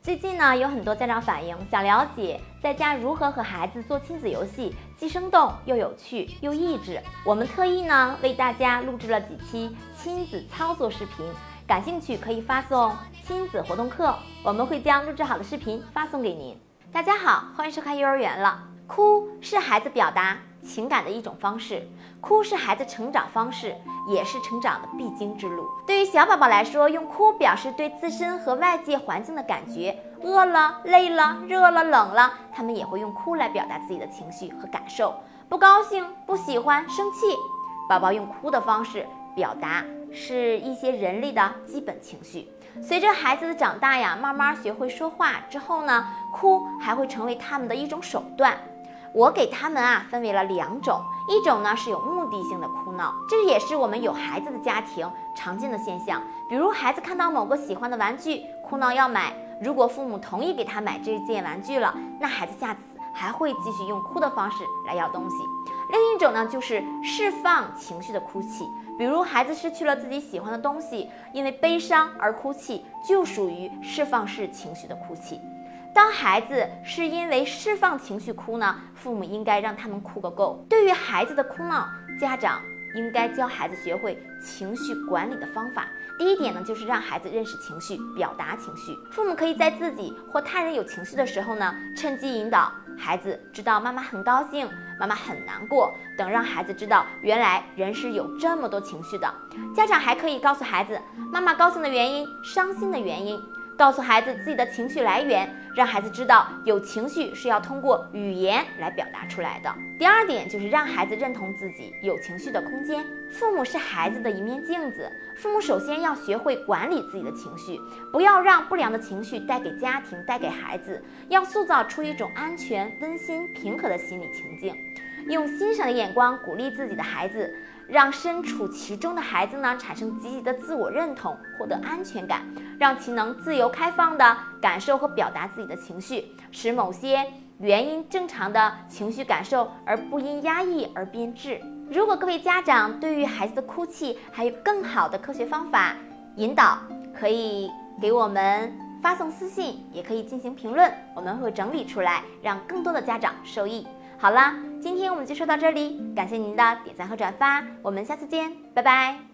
最近呢，有很多家长反映想了解在家如何和孩子做亲子游戏，既生动又有趣又益智。我们特意呢为大家录制了几期亲子操作视频，感兴趣可以发送亲子活动课，我们会将录制好的视频发送给您。大家好，欢迎收看幼儿园了。哭是孩子表达情感的一种方式，哭是孩子成长方式，也是成长的必经之路。对于小宝宝来说，用哭表示对自身和外界环境的感觉，饿了、累了、热了、冷了，他们也会用哭来表达自己的情绪和感受。不高兴、不喜欢、生气，宝宝用哭的方式表达是一些人类的基本情绪。随着孩子的长大呀，慢慢学会说话之后呢，哭还会成为他们的一种手段。我给他们分为了2种，一种呢是有目的性的哭闹，这也是我们有孩子的家庭常见的现象。比如孩子看到某个喜欢的玩具，哭闹要买，如果父母同意给他买这件玩具了，那孩子下次还会继续用哭的方式来要东西。另一种呢就是释放情绪的哭泣，比如孩子失去了自己喜欢的东西，因为悲伤而哭泣，就属于释放式情绪的哭泣。当孩子是因为释放情绪哭呢，父母应该让他们哭个够。对于孩子的哭闹，家长应该教孩子学会情绪管理的方法。第一点呢，就是让孩子认识情绪，表达情绪。父母可以在自己或他人有情绪的时候呢，趁机引导孩子知道妈妈很高兴，妈妈很难过等，让孩子知道原来人是有这么多情绪的。家长还可以告诉孩子妈妈高兴的原因、伤心的原因，告诉孩子自己的情绪来源，让孩子知道有情绪是要通过语言来表达出来的。第二点就是让孩子认同自己有情绪的空间。父母是孩子的一面镜子，父母首先要学会管理自己的情绪，不要让不良的情绪带给家庭，带给孩子，要塑造出一种安全、温馨、平和的心理情境，用欣赏的眼光鼓励自己的孩子，让身处其中的孩子呢产生积极的自我认同，获得安全感，让其能自由开放的感受和表达自己的情绪，使某些原因正常的情绪感受，而不因压抑而变质。如果各位家长对于孩子的哭泣还有更好的科学方法引导，可以给我们发送私信，也可以进行评论，我们会整理出来，让更多的家长受益。好了，今天我们就说到这里，感谢您的点赞和转发，我们下次见，拜拜。